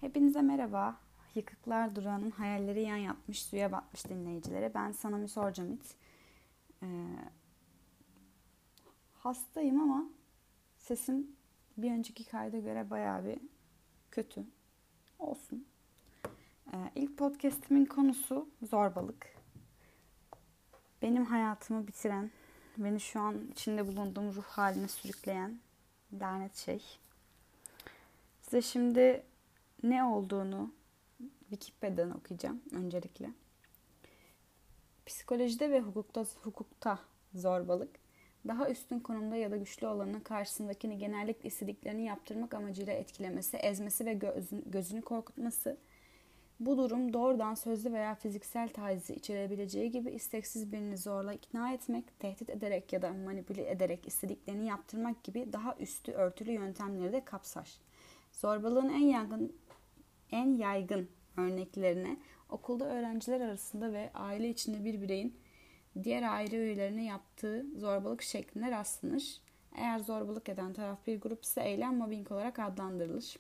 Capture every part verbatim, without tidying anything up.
Hepinize merhaba. Yıkıklar Durağı'nın hayalleri yan yatmış, suya batmış dinleyicilere. Ben Sanami Sorcamit. Ee, hastayım ama sesim bir önceki kayda göre bayağı bir kötü. Olsun. Ee, ilk podcastimin konusu zorbalık. Benim hayatımı bitiren, beni şu an içinde bulunduğum ruh haline sürükleyen lanet şey. Size şimdi ne olduğunu Wikipedia'dan okuyacağım öncelikle. Psikolojide ve hukukta, hukukta zorbalık, daha üstün konumda ya da güçlü olanın karşısındakini genellikle istediklerini yaptırmak amacıyla etkilemesi, ezmesi ve gözün, gözünü korkutması. Bu durum doğrudan sözlü veya fiziksel tacizi içerebileceği gibi isteksiz birini zorla ikna etmek, tehdit ederek ya da manipüle ederek istediklerini yaptırmak gibi daha üstü örtülü yöntemleri de kapsar. Zorbalığın en yaygın en yaygın örneklerine okulda öğrenciler arasında ve aile içinde bir bireyin diğer aile üyelerine yaptığı zorbalık şeklinde rastlanır. Eğer zorbalık eden taraf bir grup ise eylem mobbing olarak adlandırılır.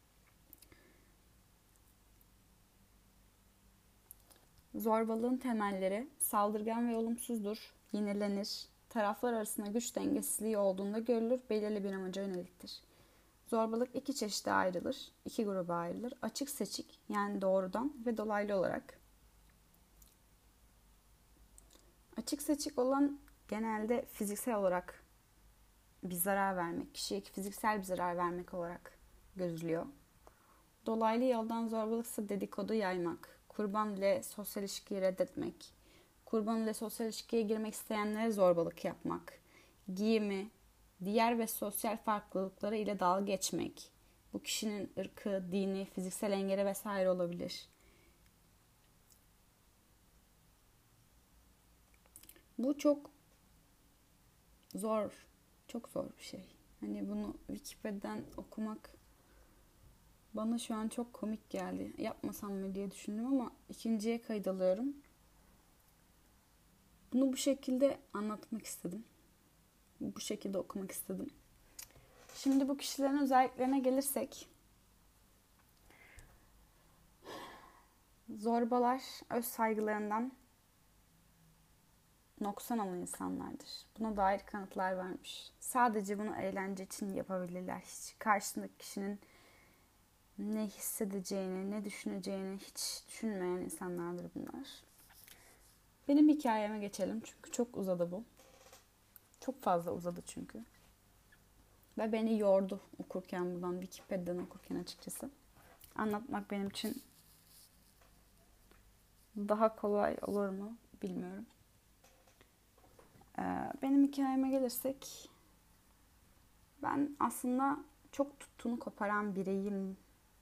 Zorbalığın temelleri saldırgan ve olumsuzdur, yenilenir, taraflar arasında güç dengesizliği olduğunda görülür, belirli bir amaca yöneliktir. Zorbalık iki çeşide ayrılır, iki gruba ayrılır. Açık seçik yani doğrudan ve dolaylı olarak. Açık seçik olan genelde fiziksel olarak bir zarar vermek, kişiye fiziksel bir zarar vermek olarak gözülüyor. Dolaylı yoldan zorbalıksa dedikodu yaymak, kurban ile sosyal ilişkiyi reddetmek, kurban ile sosyal ilişkiye girmek isteyenlere zorbalık yapmak, giyimi, diğer ve sosyal farklılıkları ile dalga geçmek, bu kişinin ırkı, dini, fiziksel engeli vesaire olabilir. Bu çok zor, çok zor bir şey. Hani bunu Wikipedia'dan okumak bana şu an çok komik geldi. Yapmasam mı diye düşündüm ama ikinciye kayıt alıyorum. Bunu bu şekilde anlatmak istedim. Bu şekilde okumak istedim. Şimdi bu kişilerin özelliklerine gelirsek, zorbalar öz saygılarından noksan olan insanlardır. Buna dair kanıtlar vermiş. Sadece bunu eğlence için yapabilirler. Hiç karşısındaki kişinin ne hissedeceğini, ne düşüneceğini hiç düşünmeyen insanlardır bunlar. Benim hikayeme geçelim çünkü çok uzadı bu. Çok fazla uzadı çünkü. Ve beni yordu okurken buradan, Wikipedia'dan okurken açıkçası. Anlatmak benim için daha kolay olur mu bilmiyorum. Ee, benim hikayeme gelirsek, ben aslında çok tuttuğunu koparan biriyim.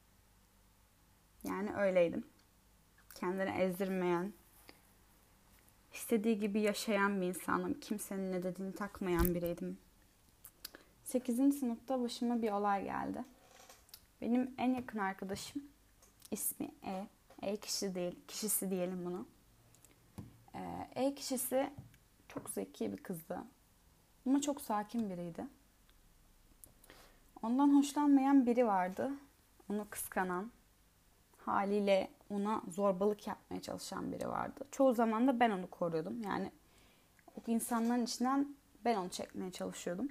Yani öyleydim. Kendini ezdirmeyen, istediği gibi yaşayan bir insanım. Kimsenin ne dediğini takmayan biriydim. sekizinci sınıfta başıma bir olay geldi. Benim en yakın arkadaşım, ismi E. E kişi değil, kişisi diyelim bunu. Ee, E kişisi çok zeki bir kızdı. Ama çok sakin biriydi. Ondan hoşlanmayan biri vardı. Onu kıskanan, haliyle ona zorbalık yapmaya çalışan biri vardı. Çoğu zaman da ben onu koruyordum. Yani o insanların içinden ben onu çekmeye çalışıyordum.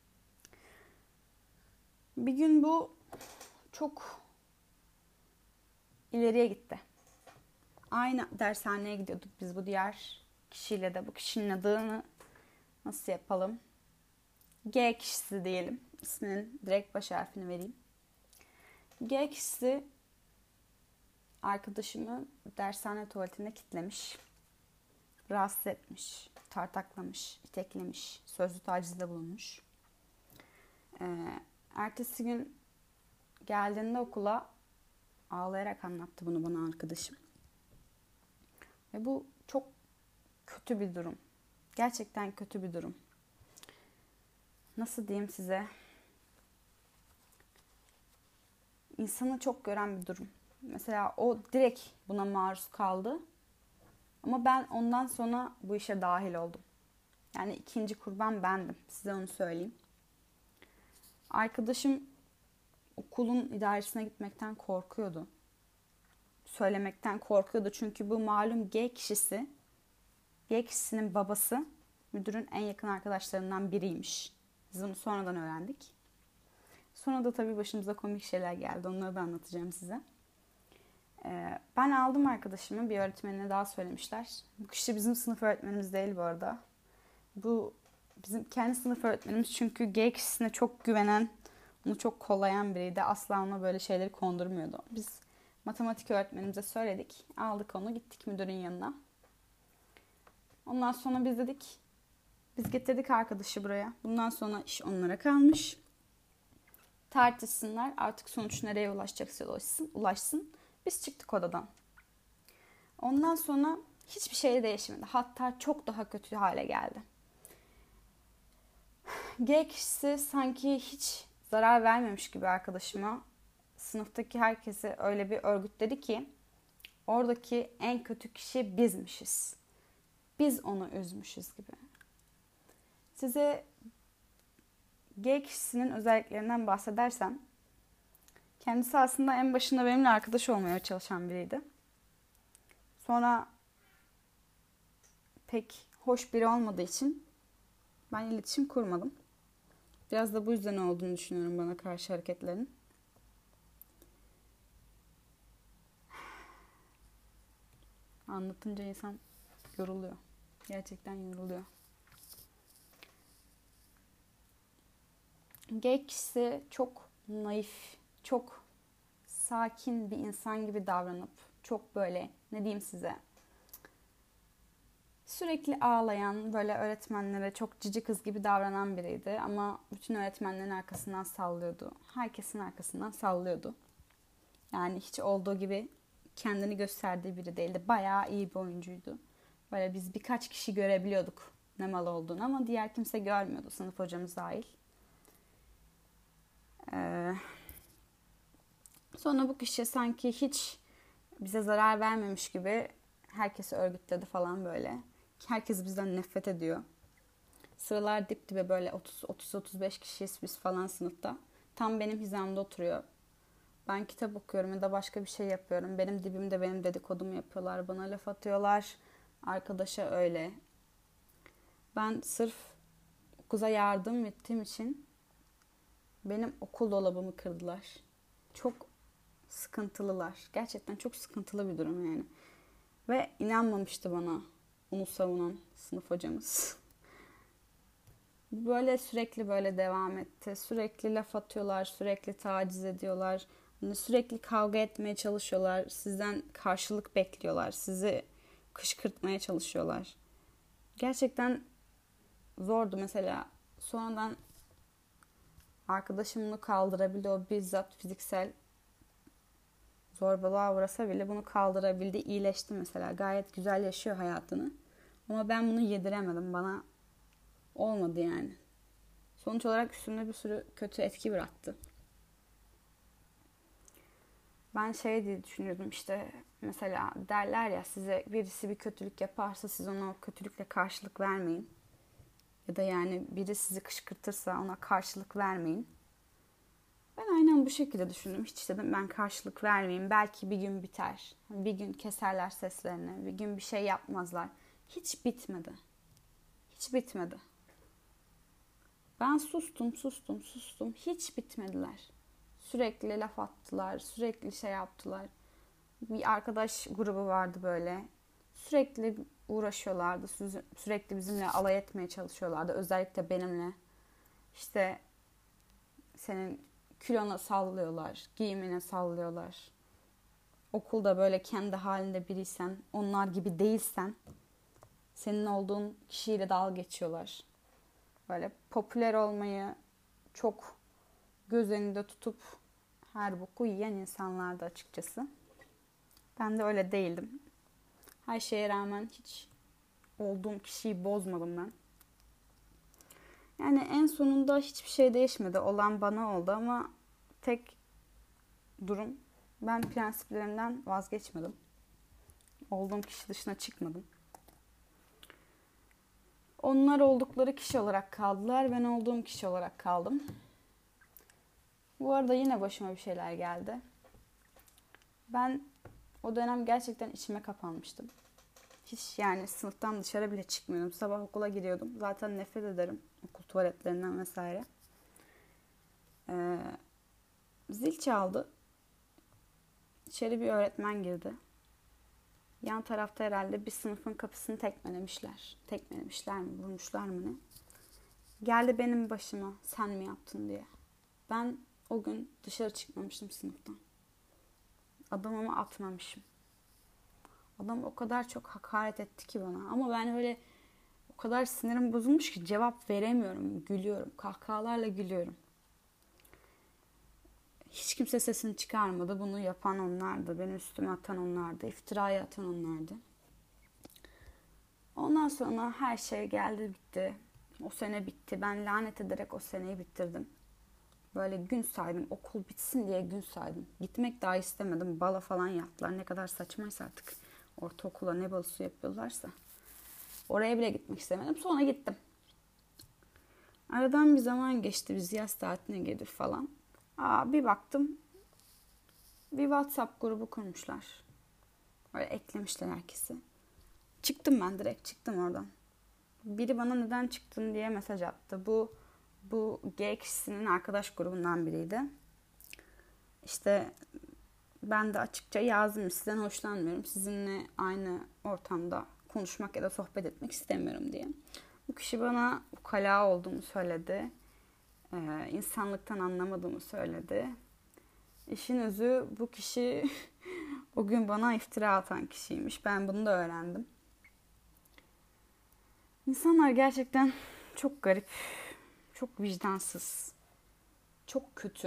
Bir gün bu çok ileriye gitti. Aynı dershaneye gidiyorduk biz bu diğer kişiyle de. Bu kişinin adını nasıl yapalım? G kişisi diyelim. İsminin direkt baş harfini vereyim. G kişisi arkadaşımı dershane tuvaletinde kilitlemiş. Rahatsız etmiş, tartaklamış, iteklemiş, sözlü tacizde bulunmuş. Ee, ertesi gün geldiğinde okula ağlayarak anlattı bunu bana arkadaşım. Ve bu çok kötü bir durum. Gerçekten kötü bir durum. Nasıl diyeyim size? İnsanı çok gören bir durum. Mesela o direkt buna maruz kaldı. Ama ben ondan sonra bu işe dahil oldum. Yani ikinci kurban bendim. Size onu söyleyeyim. Arkadaşım okulun idaresine gitmekten korkuyordu. Söylemekten korkuyordu. Çünkü bu malum G kişisi, G kişisinin babası müdürün en yakın arkadaşlarından biriymiş. Biz bunu sonradan öğrendik. Sonra da tabii başımıza komik şeyler geldi. Onları da anlatacağım size. Ee, ben aldım arkadaşımı. Bir öğretmenine daha söylemişler. Bu kişi bizim sınıf öğretmenimiz değil bu arada. Bu bizim kendi sınıf öğretmenimiz, çünkü G kişisine çok güvenen, onu çok kollayan biriydi. Asla ona böyle şeyleri kondurmuyordu. Biz matematik öğretmenimize söyledik. Aldık onu, gittik müdürün yanına. Ondan sonra biz dedik, biz getirdik arkadaşı buraya. Bundan sonra iş onlara kalmış. Tartışsınlar. Artık sonuç nereye ulaşacaksa ulaşsın. ulaşsın. Biz çıktık odadan. Ondan sonra hiçbir şey değişmedi. Hatta çok daha kötü hale geldi. G kişisi sanki hiç zarar vermemiş gibi arkadaşıma, sınıftaki herkese öyle bir örgütledi ki oradaki en kötü kişi bizmişiz. Biz onu üzmüşüz gibi. Size G kişisinin özelliklerinden bahsedersem, kendisi aslında en başında benimle arkadaş olmaya çalışan biriydi. Sonra pek hoş biri olmadığı için ben iletişim kurmadım. Biraz da bu yüzden olduğunu düşünüyorum bana karşı hareketlerin. Anlatınca insan yoruluyor. Gerçekten yoruluyor. G kişisi çok naif, çok sakin bir insan gibi davranıp, çok böyle, ne diyeyim size, sürekli ağlayan, böyle öğretmenlere çok cici kız gibi davranan biriydi. Ama bütün öğretmenlerin arkasından sallıyordu. Herkesin arkasından sallıyordu. Yani hiç olduğu gibi kendini gösterdiği biri değildi. Bayağı iyi bir oyuncuydu. Böyle biz birkaç kişi görebiliyorduk ne mal olduğunu, ama diğer kimse görmüyordu, sınıf hocamız dahil. Ee, sonra bu kişi sanki hiç bize zarar vermemiş gibi herkesi örgütledi falan böyle. Herkes bizden nefret ediyor. Sıralar dip dibe, böyle otuz otuz beş kişiyiz biz falan sınıfta. Tam benim hizamda oturuyor. Ben kitap okuyorum ya da başka bir şey yapıyorum. Benim dibimde benim dedikodumu yapıyorlar. Bana laf atıyorlar. Arkadaşa öyle. Ben sırf kıza yardım ettiğim için benim okul dolabımı kırdılar. Çok sıkıntılılar. Gerçekten çok sıkıntılı bir durum yani. Ve inanmamıştı bana onu savunan sınıf hocamız. Böyle sürekli böyle devam etti. Sürekli laf atıyorlar, sürekli taciz ediyorlar. Yani sürekli kavga etmeye çalışıyorlar. Sizden karşılık bekliyorlar. Sizi kışkırtmaya çalışıyorlar. Gerçekten zordu mesela. Sonradan arkadaşım bunu kaldırabildi. O bizzat fiziksel zorbalığa uğrasa bile bunu kaldırabildi. İyileşti mesela. Gayet güzel yaşıyor hayatını. Ama ben bunu yediremedim. Bana olmadı yani. Sonuç olarak üstümde bir sürü kötü etki bıraktı. Ben şey diye düşünüyordum, işte mesela derler ya, size birisi bir kötülük yaparsa siz ona o kötülükle karşılık vermeyin. Ya da yani biri sizi kışkırtırsa ona karşılık vermeyin. Ben aynen bu şekilde düşündüm. Hiç dedim ben karşılık vermeyeyim. Belki bir gün biter. Bir gün keserler seslerini. Bir gün bir şey yapmazlar. Hiç bitmedi. Hiç bitmedi. Ben sustum, sustum, sustum. Hiç bitmediler. Sürekli laf attılar. Sürekli şey yaptılar. Bir arkadaş grubu vardı böyle. Sürekli uğraşıyorlardı. Sürekli bizimle alay etmeye çalışıyorlardı. Özellikle benimle. İşte senin kilona sallıyorlar. Giyimine sallıyorlar. Okulda böyle kendi halinde biriysen, onlar gibi değilsen, senin olduğun kişiyle dalga geçiyorlar. Böyle popüler olmayı çok göz önünde tutup her boku yiyen insanlardı açıkçası. Ben de öyle değildim. Her şeye rağmen hiç olduğum kişiyi bozmadım ben. Yani en sonunda hiçbir şey değişmedi. Olan bana oldu ama tek durum, ben prensiplerimden vazgeçmedim. Olduğum kişi dışına çıkmadım. Onlar oldukları kişi olarak kaldılar. Ben olduğum kişi olarak kaldım. Bu arada yine başıma bir şeyler geldi. Ben o dönem gerçekten içime kapanmıştım. Hiç yani sınıftan dışarı bile çıkmıyordum. Sabah okula gidiyordum. Zaten nefret ederim okul tuvaletlerinden vesaire. Ee, Zil çaldı. İçeri bir öğretmen girdi. Yan tarafta herhalde bir sınıfın kapısını tekmelemişler. Tekmelemişler mi, vurmuşlar mı ne? Geldi benim başıma sen mi yaptın diye. Ben o gün dışarı çıkmamıştım sınıftan. Adamımı atmamışım. Adam o kadar çok hakaret etti ki bana. Ama ben öyle o kadar sinirim bozulmuş ki cevap veremiyorum. Gülüyorum. Kahkahalarla gülüyorum. Hiç kimse sesini çıkarmadı. Bunu yapan onlardı. Benim üstüme atan onlardı. İftirayı atan onlardı. Ondan sonra her şey geldi bitti. O sene bitti. Ben lanet ederek o seneyi bitirdim. Böyle gün saydım. Okul bitsin diye gün saydım. Gitmek daha istemedim. Bala falan yaptılar. Ne kadar saçmaysa artık. Ortaokula ne balosu yapıyorlarsa. Oraya bile gitmek istemedim. Sonra gittim. Aradan bir zaman geçti. Biz yaz tatiline girdik falan. Aa, bir baktım. Bir WhatsApp grubu kurmuşlar. Böyle eklemişler herkesi. Çıktım ben direkt. Çıktım oradan. Biri bana neden çıktın diye mesaj attı. Bu bu G kişisinin arkadaş grubundan biriydi. İşte ben de açıkça yazdım. Sizden hoşlanmıyorum. Sizinle aynı ortamda konuşmak ya da sohbet etmek istemiyorum diye. Bu kişi bana ukala olduğumu söyledi. Ee, insanlıktan anlamadığımı söyledi. İşin özü bu kişi o gün bana iftira atan kişiymiş. Ben bunu da öğrendim. İnsanlar gerçekten çok garip, çok vicdansız, çok kötü.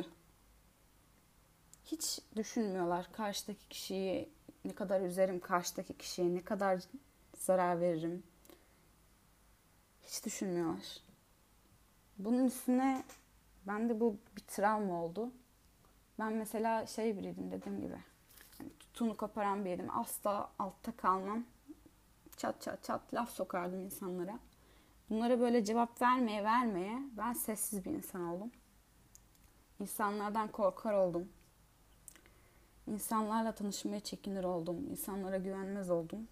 Hiç düşünmüyorlar karşıdaki kişiyi ne kadar üzerim, karşıdaki kişiye ne kadar zarar veririm. Hiç düşünmüyorlar. Bunun üstüne bende bu bir travma oldu. Ben mesela şey biriydim dediğim gibi. Yani tutunu koparan biriydim. Asla altta kalmam. Çat çat çat laf sokardım insanlara. Bunlara böyle cevap vermeye vermeye ben sessiz bir insan oldum. İnsanlardan korkar oldum. İnsanlarla tanışmaya çekinir oldum. İnsanlara güvenmez oldum.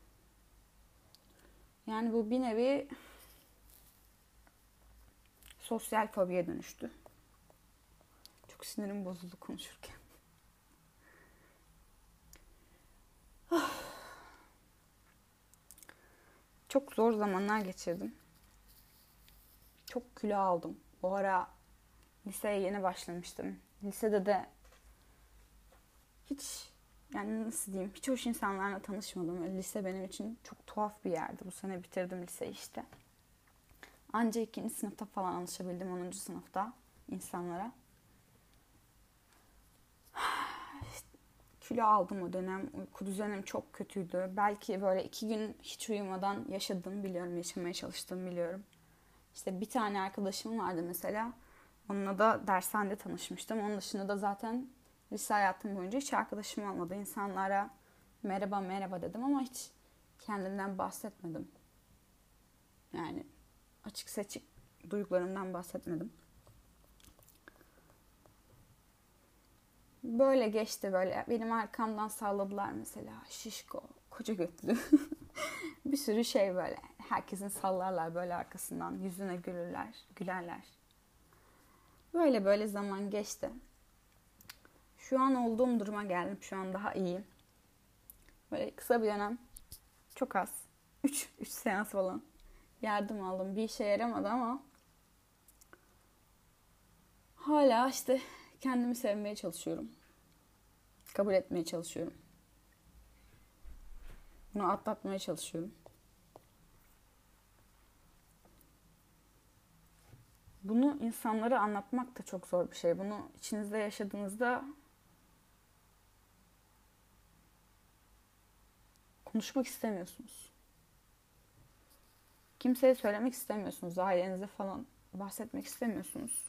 Yani bu bir nevi sosyal fobiye dönüştü. Çok sinirim bozuldu konuşurken. Çok zor zamanlar geçirdim. Çok kilo aldım. O ara liseye yeni başlamıştım. Lisede de hiç yani nasıl diyeyim hiç hoş insanlarla tanışmadım. Öyle lise benim için çok tuhaf bir yerdi. Bu sene bitirdim liseyi işte. Anca ikinci sınıfta falan alışabildim onuncu sınıfta insanlara. Kilo aldım o dönem. Uyku düzenim çok kötüydü. Belki böyle iki gün hiç uyumadan yaşadım biliyorum. Yaşamaya çalıştım biliyorum. İşte bir tane arkadaşım vardı mesela. Onunla da dershanede tanışmıştım. Onun dışında da zaten lise hayatım boyunca hiç arkadaşım olmadı. İnsanlara merhaba merhaba dedim ama hiç kendimden bahsetmedim. Yani açık seçik duygularımdan bahsetmedim. Böyle geçti böyle. Benim arkamdan salladılar mesela. Şişko, koca götlü. Bir sürü şey böyle. Herkesin sallarlar böyle arkasından. Yüzüne gülürler, gülerler. Böyle böyle zaman geçti. Şu an olduğum duruma geldim. Şu an daha iyiyim. Böyle kısa bir dönem. Çok az. üç üç seans falan. Yardım aldım. Bir işe yaramadı ama hala işte kendimi sevmeye çalışıyorum. Kabul etmeye çalışıyorum. Bunu atlatmaya çalışıyorum. Bunu insanlara anlatmak da çok zor bir şey. Bunu içinizde yaşadığınızda konuşmak istemiyorsunuz. Kimseye söylemek istemiyorsunuz. Ailenize falan bahsetmek istemiyorsunuz.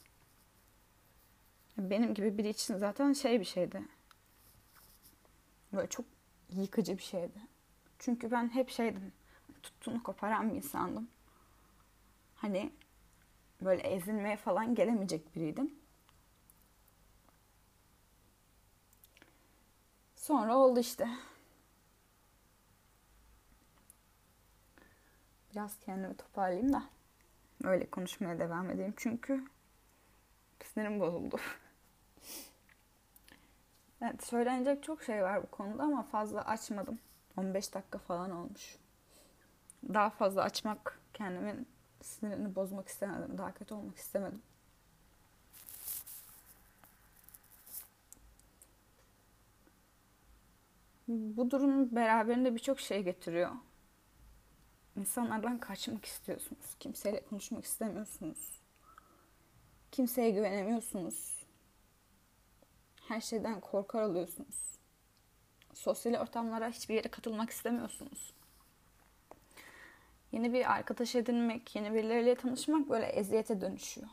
Benim gibi biri için zaten şey bir şeydi. Böyle çok yıkıcı bir şeydi. Çünkü ben hep şeydim. Tuttuğunu koparan bir insandım. Hani böyle ezilmeye falan gelemeyecek biriydim. Sonra oldu işte. Biraz kendimi toparlayayım da öyle konuşmaya devam edeyim. Çünkü sinirim bozuldu. Evet, söylenecek çok şey var bu konuda ama fazla açmadım. on beş dakika falan olmuş. Daha fazla açmak, kendimin sinirini bozmak istemedim. Daha kötü olmak istemedim. Bu durum beraberinde birçok şey getiriyor. İnsanlardan kaçmak istiyorsunuz. Kimseyle konuşmak istemiyorsunuz. Kimseye güvenemiyorsunuz. Her şeyden korkar oluyorsunuz. Sosyal ortamlara, hiçbir yere katılmak istemiyorsunuz. Yeni bir arkadaş edinmek, yeni birileriyle tanışmak böyle eziyete dönüşüyor.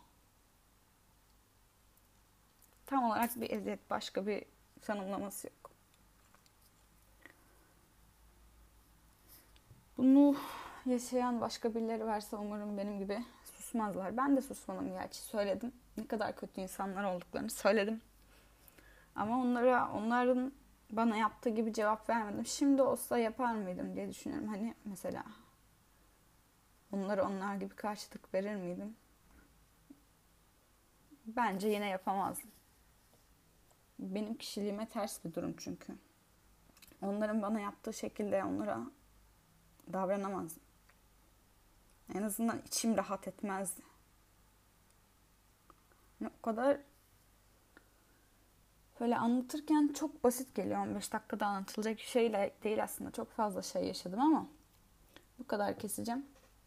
Tam olarak bir eziyet, başka bir tanımlaması yok. Bunu yaşayan başka birileri varsa umarım benim gibi susmazlar. Ben de susmadım gerçi, söyledim. Ne kadar kötü insanlar olduklarını söyledim. Ama onlara, onların bana yaptığı gibi cevap vermedim. Şimdi olsa yapar mıydım diye düşünüyorum. Hani mesela onlara onlar gibi karşılık verir miydim? Bence yine yapamazdım. Benim kişiliğime ters bir durum çünkü. Onların bana yaptığı şekilde onlara davranamazdım. En azından içim rahat etmezdi. Yani o kadar böyle anlatırken çok basit geliyor. on beş dakikada anlatılacak bir şey değil aslında. Çok fazla şey yaşadım ama bu kadar keseceğim.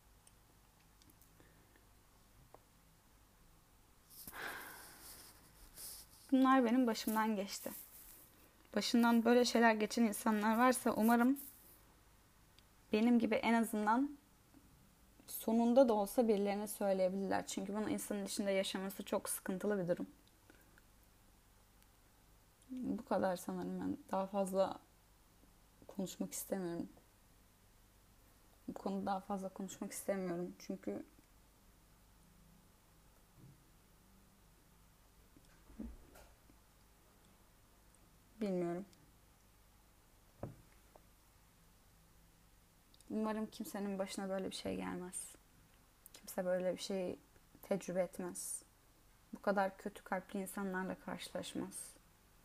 Bunlar benim başımdan geçti. Başından böyle şeyler geçen insanlar varsa umarım benim gibi en azından sonunda da olsa birilerine söyleyebilirler. Çünkü bunu insanın içinde yaşaması çok sıkıntılı bir durum. Bu kadar sanırım ben. Daha fazla konuşmak istemiyorum. Bu konuda daha fazla konuşmak istemiyorum. Çünkü bilmiyorum. Umarım kimsenin başına böyle bir şey gelmez. Kimse böyle bir şey tecrübe etmez. Bu kadar kötü kalpli insanlarla karşılaşmaz.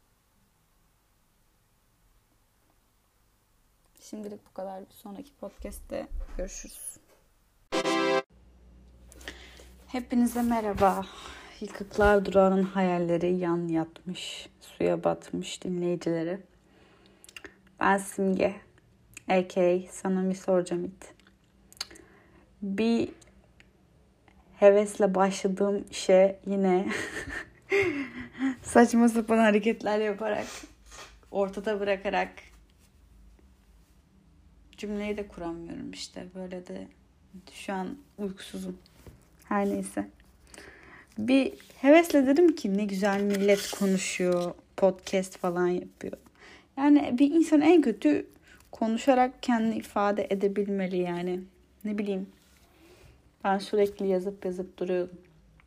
Şimdilik bu kadar. Bir sonraki podcast'te görüşürüz. Hepinize merhaba. Yıkıklar Durağı'nın hayalleri yan yatmış, suya batmış dinleyicileri. Ben Simge, a k a. Sana mı soracağım it. Bir hevesle başladığım işe yine saçma sapan hareketler yaparak, ortada bırakarak cümleyi de kuramıyorum işte. Böyle de şu an uykusuzum. Her neyse. Bir hevesle dedim ki ne güzel millet konuşuyor, podcast falan yapıyor. Yani bir insan en kötü konuşarak kendini ifade edebilmeli yani. Ne bileyim. Ben sürekli yazıp yazıp duruyordum.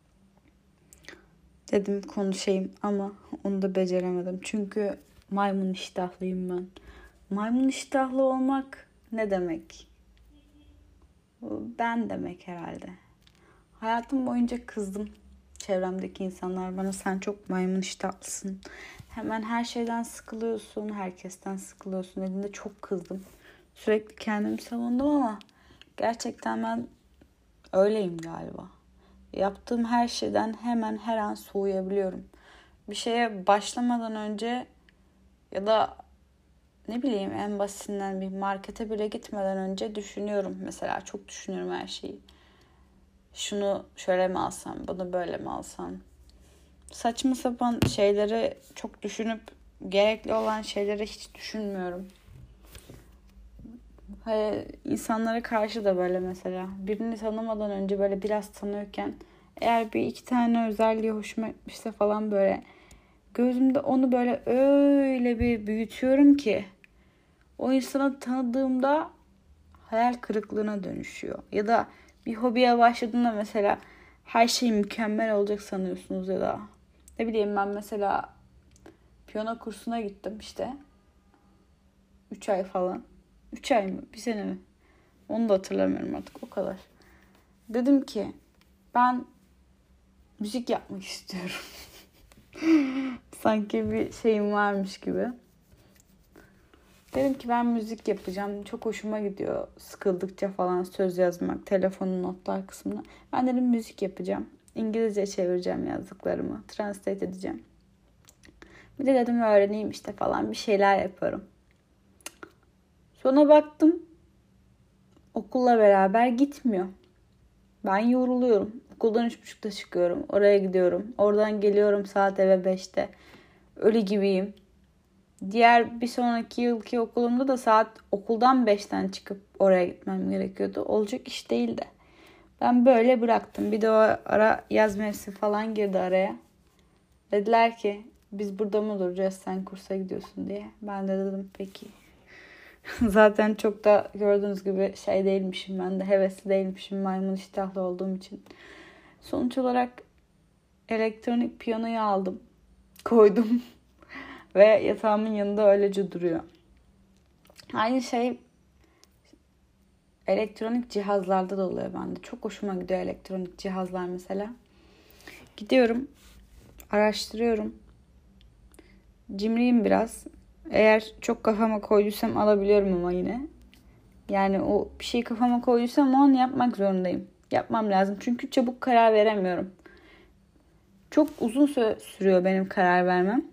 Dedim konuşayım ama onu da beceremedim. Çünkü maymun iştahlıyım ben. Maymun iştahlı olmak ne demek? Ben demek herhalde. Hayatım boyunca kızdım. Çevremdeki insanlar bana sen çok maymun iştahlısın. Hemen her şeyden sıkılıyorsun, herkesten sıkılıyorsun dediğinde çok kızdım. Sürekli kendimi savundum ama gerçekten ben öyleyim galiba. Yaptığım her şeyden hemen her an soğuyabiliyorum. Bir şeye başlamadan önce ya da ne bileyim en basitinden bir markete bile gitmeden önce düşünüyorum. Mesela çok düşünüyorum her şeyi. Şunu şöyle mi alsam, bunu böyle mi alsam? Saçma sapan şeyleri çok düşünüp gerekli olan şeyleri hiç düşünmüyorum. Hani insanlara karşı da böyle mesela birini tanımadan önce böyle biraz tanıyorken eğer bir iki tane özelliği hoşuma gitmişse falan böyle gözümde onu böyle öyle bir büyütüyorum ki o insanı tanıdığımda hayal kırıklığına dönüşüyor. Ya da bir hobiye başladığında mesela her şey mükemmel olacak sanıyorsunuz ya da ne bileyim ben mesela piyano kursuna gittim işte. üç ay falan. üç ay mı? Bir sene mi? Onu da hatırlamıyorum artık, o kadar. Dedim ki ben müzik yapmak istiyorum. Sanki bir şeyim varmış gibi. Dedim ki ben müzik yapacağım. Çok hoşuma gidiyor sıkıldıkça falan söz yazmak, telefonun notlar kısmına. Ben dedim müzik yapacağım. İngilizce çevireceğim yazdıklarımı. Translate edeceğim. Bir de dedim öğreneyim işte falan, bir şeyler yaparım. Sonra baktım okulla beraber gitmiyor. Ben yoruluyorum. Okuldan üç buçukta çıkıyorum. Oraya gidiyorum. Oradan geliyorum saat eve beşte. Ölü gibiyim. Diğer bir sonraki yılki okulumda da saat okuldan beşten çıkıp oraya gitmem gerekiyordu. Olacak iş değildi. Ben böyle bıraktım. Bir de o ara yaz mevsimi falan girdi araya. Dediler ki biz burada mı duracağız, sen kursa gidiyorsun diye. Ben de dedim peki. Zaten çok da gördüğünüz gibi şey değilmişim, ben de hevesli değilmişim, maymun iştahlı olduğum için. Sonuç olarak elektronik piyanoyu aldım, koydum ve yatağımın yanında öylece duruyor. Aynı şey elektronik cihazlarda da oluyor bende. Çok hoşuma gidiyor elektronik cihazlar mesela. Gidiyorum, araştırıyorum. Cimriyim biraz. Eğer çok kafama koyduysam alabiliyorum ama yine. Yani o bir şeyi kafama koyduysam onu yapmak zorundayım. Yapmam lazım. Çünkü çabuk karar veremiyorum. Çok uzun süre sürüyor benim karar vermem.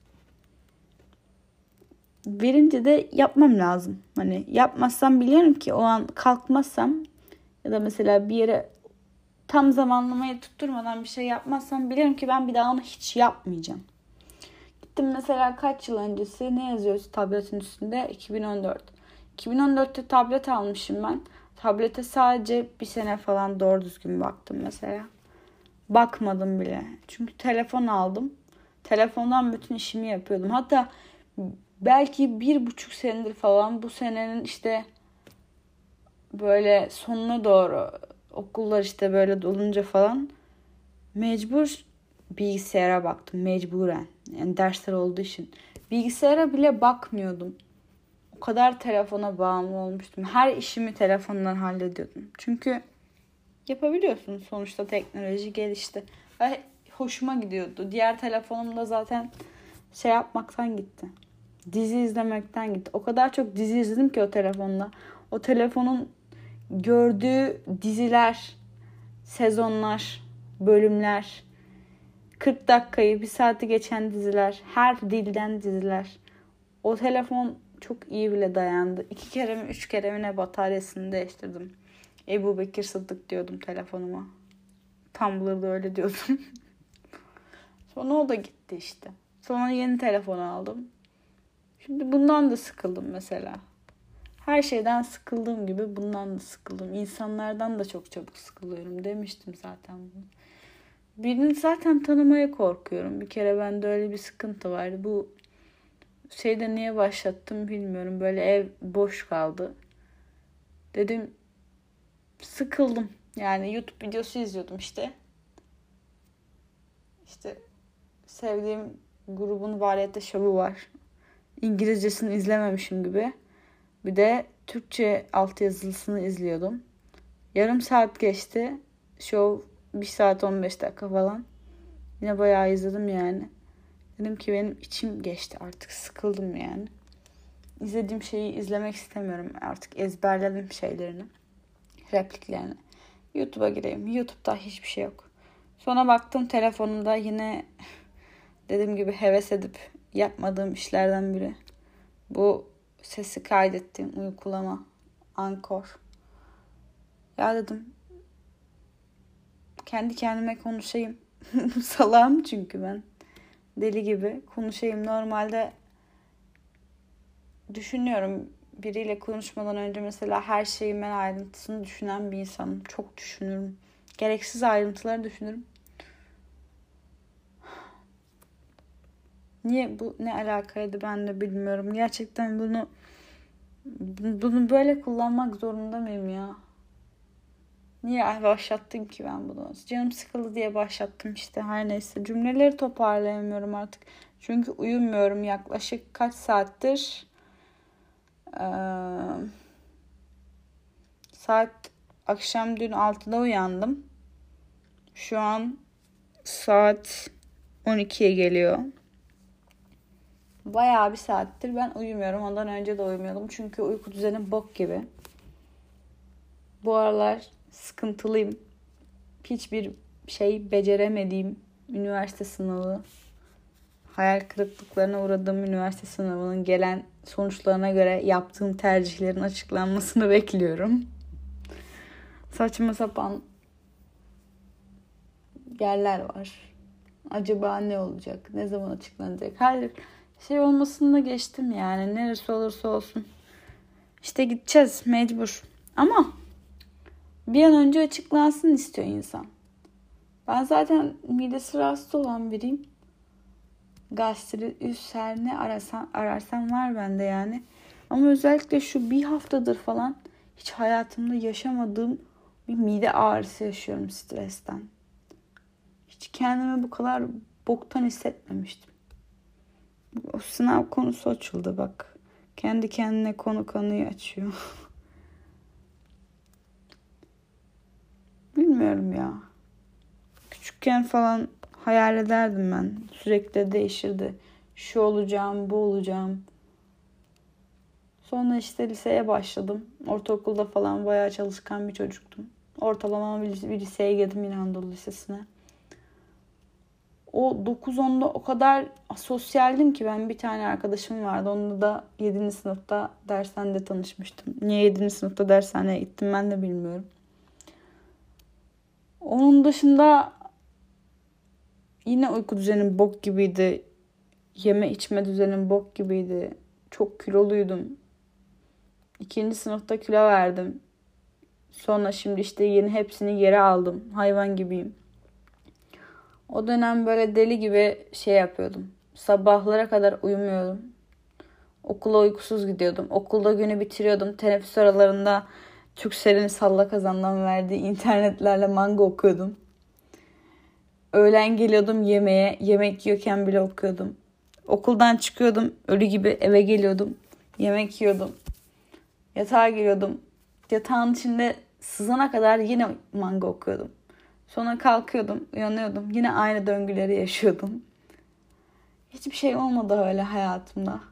Verince de yapmam lazım. Hani yapmazsam biliyorum ki o an kalkmazsam ya da mesela bir yere tam zamanlamayı tutturmadan bir şey yapmazsam biliyorum ki ben bir daha onu hiç yapmayacağım. Gittim mesela kaç yıl öncesi ne yazıyor tabletin üstünde? iki bin on dört. iki bin on dörtte tablet almışım ben. Tablete sadece bir sene falan doğru düzgün baktım mesela. Bakmadım bile. Çünkü telefon aldım. Telefondan bütün işimi yapıyordum. Hatta belki bir buçuk senedir falan bu senenin işte böyle sonuna doğru okullar işte böyle dolunca falan mecbur bilgisayara baktım. Mecburen. Yani dersler olduğu için. Bilgisayara bile bakmıyordum. O kadar telefona bağımlı olmuştum. Her işimi telefondan hallediyordum. Çünkü yapabiliyorsun. Sonuçta teknoloji gelişti. Ve hoşuma gidiyordu. Diğer telefonum da zaten şey yapmaktan gitti. Dizi izlemekten gitti. O kadar çok dizi izledim ki o telefonda. O telefonun gördüğü diziler, sezonlar, bölümler, kırk dakikayı, bir saati geçen diziler, her dilden diziler. O telefon çok iyi bile dayandı. İki kere mi, üç kere mi ne bataryasını değiştirdim. Ebu Bekir Sıddık diyordum telefonuma. Tumblr'da öyle diyordum. Sonra o da gitti işte. Sonra yeni telefon aldım. Şimdi bundan da sıkıldım mesela. Her şeyden sıkıldığım gibi bundan da sıkıldım. İnsanlardan da çok çabuk sıkılıyorum. Demiştim zaten bunu. Birini zaten tanımaya korkuyorum. Bir kere bende öyle bir sıkıntı vardı. Bu şeyde niye başlattım bilmiyorum. Böyle ev boş kaldı. Dedim sıkıldım. Yani YouTube videosu izliyordum işte. İşte sevdiğim grubun Variyete Şovu var. İngilizcesini izlememişim gibi. Bir de Türkçe altyazılısını izliyordum. Yarım saat geçti. Şov bir saat on beş dakika falan. Yine bayağı izledim yani. Dedim ki benim içim geçti artık. Sıkıldım yani. İzlediğim şeyi izlemek istemiyorum. Artık ezberledim şeylerini. Repliklerini. YouTube'a gireyim. YouTube'da hiçbir şey yok. Sonra baktım telefonumda yine dediğim gibi heves edip yapmadığım işlerden biri. Bu sesi kaydettiğim uygulama. Anchor. Ya dedim kendi kendime konuşayım. Salağım çünkü ben. Deli gibi konuşayım. Normalde düşünüyorum biriyle konuşmadan önce mesela her şeyin ben ayrıntısını düşünen bir insanım. Çok düşünürüm. Gereksiz ayrıntıları düşünürüm. Niye bu ne alakaydı ben de bilmiyorum. Gerçekten bunu bunu böyle kullanmak zorunda mıyım ya? Niye başlattım ki ben bunu? Canım sıkıldı diye başlattım işte, her neyse. Cümleleri toparlayamıyorum artık. Çünkü uyumuyorum yaklaşık kaç saattir? Ee, saat akşam dün altıda uyandım. Şu an saat on ikiye geliyor. Bayağı bir saattir ben uyumuyorum. Ondan önce de uyumuyordum. Çünkü uyku düzenim bok gibi. Bu aralar sıkıntılıyım. Hiçbir şey beceremediğim üniversite sınavı, hayal kırıklıklarına uğradığım üniversite sınavının gelen sonuçlarına göre yaptığım tercihlerin açıklanmasını bekliyorum. Saçma sapan yerler var. Acaba ne olacak? Ne zaman açıklanacak? Hayır, şey olmasını da geçtim yani. Neresi olursa olsun. İşte gideceğiz mecbur. Ama bir an önce açıklansın istiyor insan. Ben zaten midesi rahatsız olan biriyim. Gastrit, ülser ne arasam, ararsam var bende yani. Ama özellikle şu bir haftadır falan hiç hayatımda yaşamadığım bir mide ağrısı yaşıyorum stresten. Hiç kendimi bu kadar boktan hissetmemiştim. O sınav konusu açıldı bak. Kendi kendine konu konuyu açıyor. Bilmiyorum ya. Küçükken falan hayal ederdim ben. Sürekli değişirdi. Şu olacağım, bu olacağım. Sonra işte liseye başladım. Ortaokulda falan bayağı çalışkan bir çocuktum. Ortalama bir liseye girdim yine Anadolu Lisesi'ne. O dokuz onda o kadar asosyaldim ki ben bir tane arkadaşım vardı. Onunla da yedinci sınıfta dershanede tanışmıştım. Niye yedinci sınıfta dershaneye gittim ben de bilmiyorum. Onun dışında yine uyku düzenim bok gibiydi. Yeme içme düzenim bok gibiydi. Çok kiloluydum. İkinci sınıfta kilo verdim. Sonra şimdi işte yeni hepsini geri aldım. Hayvan gibiyim. O dönem böyle deli gibi şey yapıyordum. Sabahlara kadar uyumuyordum. Okula uykusuz gidiyordum. Okulda günü bitiriyordum. Teneffüs aralarında Turkcell'in salla kazandan verdiği internetlerle manga okuyordum. Öğlen geliyordum yemeğe. Yemek yiyorken bile okuyordum. Okuldan çıkıyordum. Ölü gibi eve geliyordum. Yemek yiyordum. Yatağa giriyordum. Yatağın içinde sızana kadar yine manga okuyordum. Sonra kalkıyordum, uyanıyordum. Yine aynı döngüleri yaşıyordum. Hiçbir şey olmadı öyle hayatımda.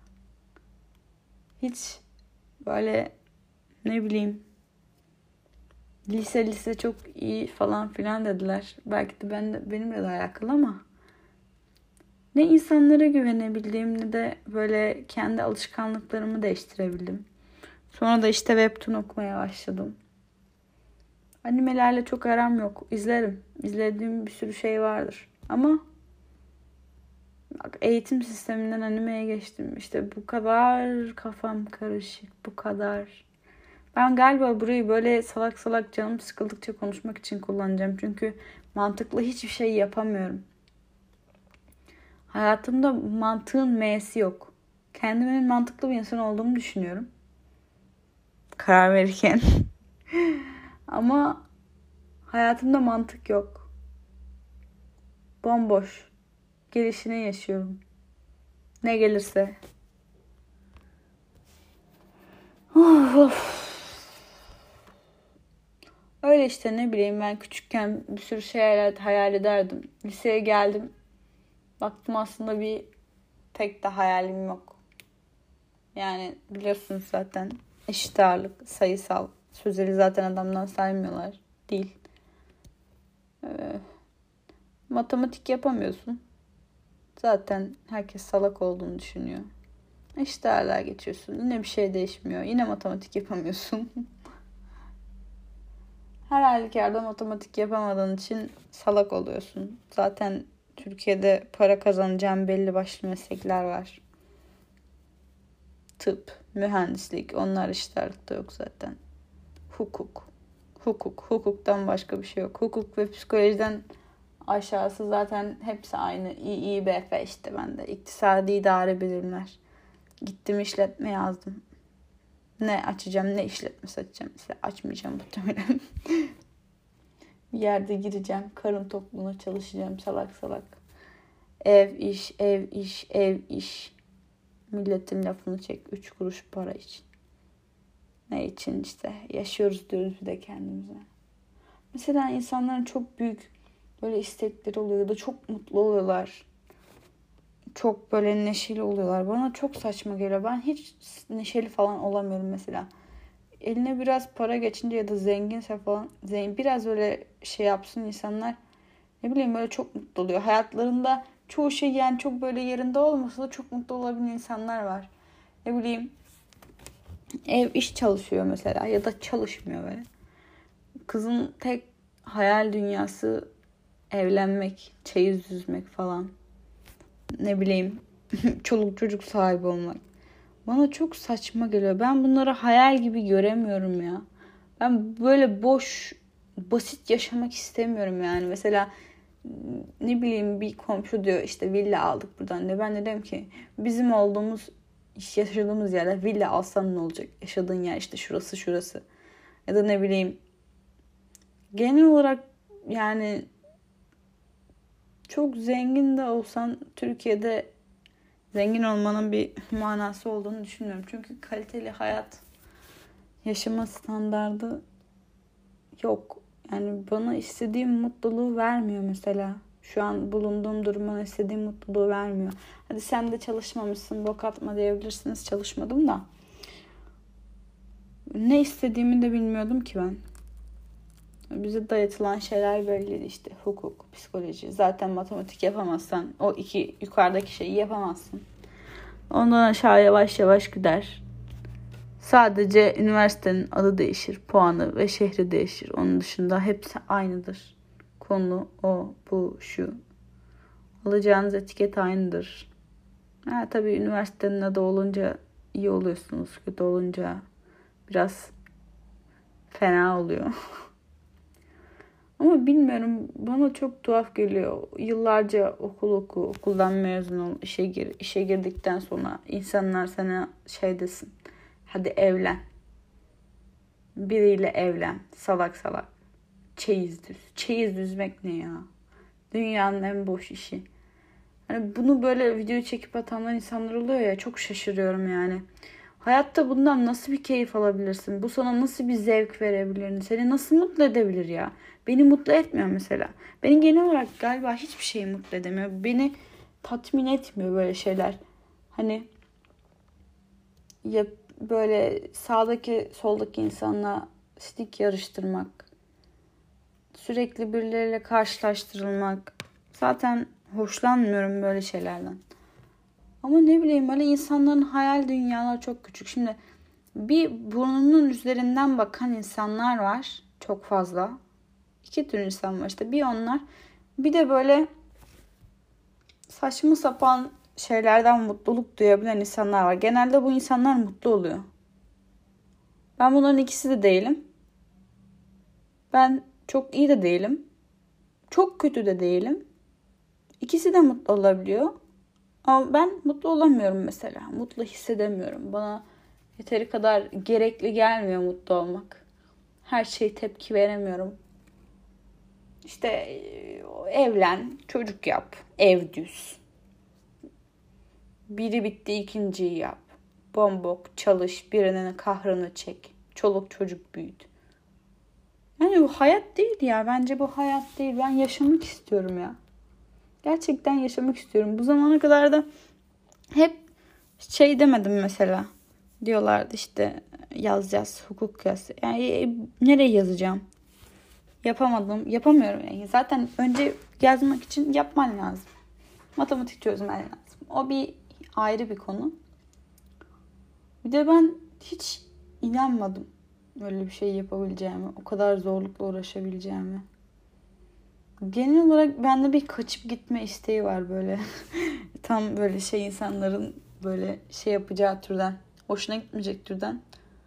Hiç böyle ne bileyim lise lise çok iyi falan filan dediler. Belki de ben de, benimle de alakalı ama ne insanlara güvenebildim ne de böyle kendi alışkanlıklarımı değiştirebildim. Sonra da işte webtoon okumaya başladım. Animelerle çok aram yok. İzlerim. İzlediğim bir sürü şey vardır. Ama bak, eğitim sisteminden animeye geçtim. İşte bu kadar kafam karışık. Bu kadar. Ben galiba burayı böyle salak salak canım sıkıldıkça konuşmak için kullanacağım. Çünkü mantıklı hiçbir şey yapamıyorum. Hayatımda mantığın M'si yok. Kendimin mantıklı bir insan olduğumu düşünüyorum. Karar verirken. Ama hayatımda mantık yok. Bomboş. Gelişini yaşıyorum. Ne gelirse. Of, of. Öyle işte ne bileyim ben küçükken bir sürü şey hayal ederdim. Liseye geldim. Baktım aslında bir tek de hayalim yok. Yani biliyorsunuz zaten eşit ağırlık, sayısal. Sözeli zaten adamdan saymıyorlar. Değil. Ee, matematik yapamıyorsun. Zaten herkes salak olduğunu düşünüyor. Eşit ağırlığa geçiyorsun. Yine bir şey değişmiyor. Yine matematik yapamıyorsun. Her halükarda matematik yapamadığın için salak oluyorsun. Zaten Türkiye'de para kazanacağın belli başlı meslekler var. Tıp, mühendislik, onlar eşit ağırlıkta yok zaten. Hukuk. Hukuk. Hukuktan başka bir şey yok. Hukuk ve psikolojiden aşağısı zaten hepsi aynı. İ İ B F işte bende. İktisadi idare bilimler. Gittim işletme yazdım. Ne açacağım ne işletmesi açacağım. Mesela açmayacağım muhtemelen. Bir yerde gireceğim. Karın tokluğuna çalışacağım salak salak. Ev iş, ev iş, ev iş. Milletin lafını çek. Üç kuruş para için. Ne için işte yaşıyoruz diyoruz bir de kendimize. Mesela insanların çok büyük böyle istekleri oluyor ya da çok mutlu oluyorlar. Çok böyle neşeli oluyorlar. Bana çok saçma geliyor. Ben hiç neşeli falan olamıyorum mesela. Eline biraz para geçince ya da zenginse falan biraz böyle şey yapsın insanlar, ne bileyim böyle çok mutlu oluyor. Hayatlarında çoğu şey yani çok böyle yerinde olmasa da çok mutlu olabilen insanlar var. Ne bileyim ev iş çalışıyor mesela ya da çalışmıyor böyle. Kızın tek hayal dünyası evlenmek, çeyiz düzmek falan. Ne bileyim çoluk çocuk sahibi olmak. Bana çok saçma geliyor. Ben bunları hayal gibi göremiyorum ya. Ben böyle boş, basit yaşamak istemiyorum yani. Mesela ne bileyim bir komşu diyor işte villa aldık buradan diyor. Ben de dedim ki bizim olduğumuz, yaşadığımız yerde villa alsan ne olacak? Yaşadığın yer işte şurası şurası. Ya da ne bileyim genel olarak yani çok zengin de olsan Türkiye'de zengin olmanın bir manası olduğunu düşünmüyorum. Çünkü kaliteli hayat yaşama standardı yok. Yani bana istediğim mutluluğu vermiyor mesela. Şu an bulunduğum durum bana istediğim mutluluğu vermiyor. Hadi sen de çalışmamışsın, bok atma diyebilirsiniz. Çalışmadım da. Ne istediğimi de bilmiyordum ki ben. Bize dayatılan şeyler böyleydi işte. Hukuk, psikoloji. Zaten matematik yapamazsan o iki yukarıdaki şeyi yapamazsın. Ondan aşağı yavaş yavaş gider. Sadece üniversitenin adı değişir, puanı ve şehri değişir. Onun dışında hepsi aynıdır. Konu, o, bu, şu. Alacağınız etiket aynıdır. Ha, tabii üniversitenin adı olunca iyi oluyorsunuz. Kötü olunca biraz fena oluyor. Ama bilmiyorum, bana çok tuhaf geliyor. Yıllarca okul oku, okuldan mezun ol, işe gir. İşe girdikten sonra insanlar sana şey desin. Hadi evlen. Biriyle evlen. Salak salak. Çeyiz düz. Çeyiz düzmek ne ya? Dünyanın en boş işi. Hani bunu böyle video çekip atanlar insanlar oluyor ya, çok şaşırıyorum yani. Hayatta bundan nasıl bir keyif alabilirsin? Bu sana nasıl bir zevk verebilir? Seni nasıl mutlu edebilir ya? Beni mutlu etmiyor mesela. Beni genel olarak galiba hiçbir şey mutlu edemiyor. Beni tatmin etmiyor böyle şeyler. Hani ya böyle sağdaki soldaki insanla stick yarıştırmak, sürekli birileriyle karşılaştırılmak. Zaten hoşlanmıyorum böyle şeylerden. Ama ne bileyim böyle insanların hayal dünyaları çok küçük. Şimdi bir burnunun üzerinden bakan insanlar var. Çok fazla. İki tür insan var işte. Bir onlar. Bir de böyle saçma sapan şeylerden mutluluk duyabilen insanlar var. Genelde bu insanlar mutlu oluyor. Ben bunların ikisi de değilim. Ben çok iyi de değilim. Çok kötü de değilim. İkisi de mutlu olabiliyor. Ama ben mutlu olamıyorum mesela. Mutlu hissedemiyorum. Bana yeteri kadar gerekli gelmiyor mutlu olmak. Her şeye tepki veremiyorum. İşte evlen, çocuk yap, ev düz. Biri bitti, ikinciyi yap. Bombok, çalış, birinin kahrını çek. Çoluk çocuk büyüt. Yani bu hayat değil ya. Bence bu hayat değil. Ben yaşamak istiyorum ya. Gerçekten yaşamak istiyorum. Bu zamana kadar da hep şey demedim mesela. Diyorlardı işte yazacağız, hukuk yaz. Yani nereye yazacağım? Yapamadım, yapamıyorum. Yani zaten önce yazmak için yapman lazım. Matematik çözmen lazım. O bir ayrı bir konu. Bir de ben hiç inanmadım öyle bir şey yapabileceğimi, o kadar zorlukla uğraşabileceğimi. Genel olarak bende bir kaçıp gitme isteği var böyle. Tam böyle şey insanların böyle şey yapacağı türden, hoşuna gitmeyecek türden.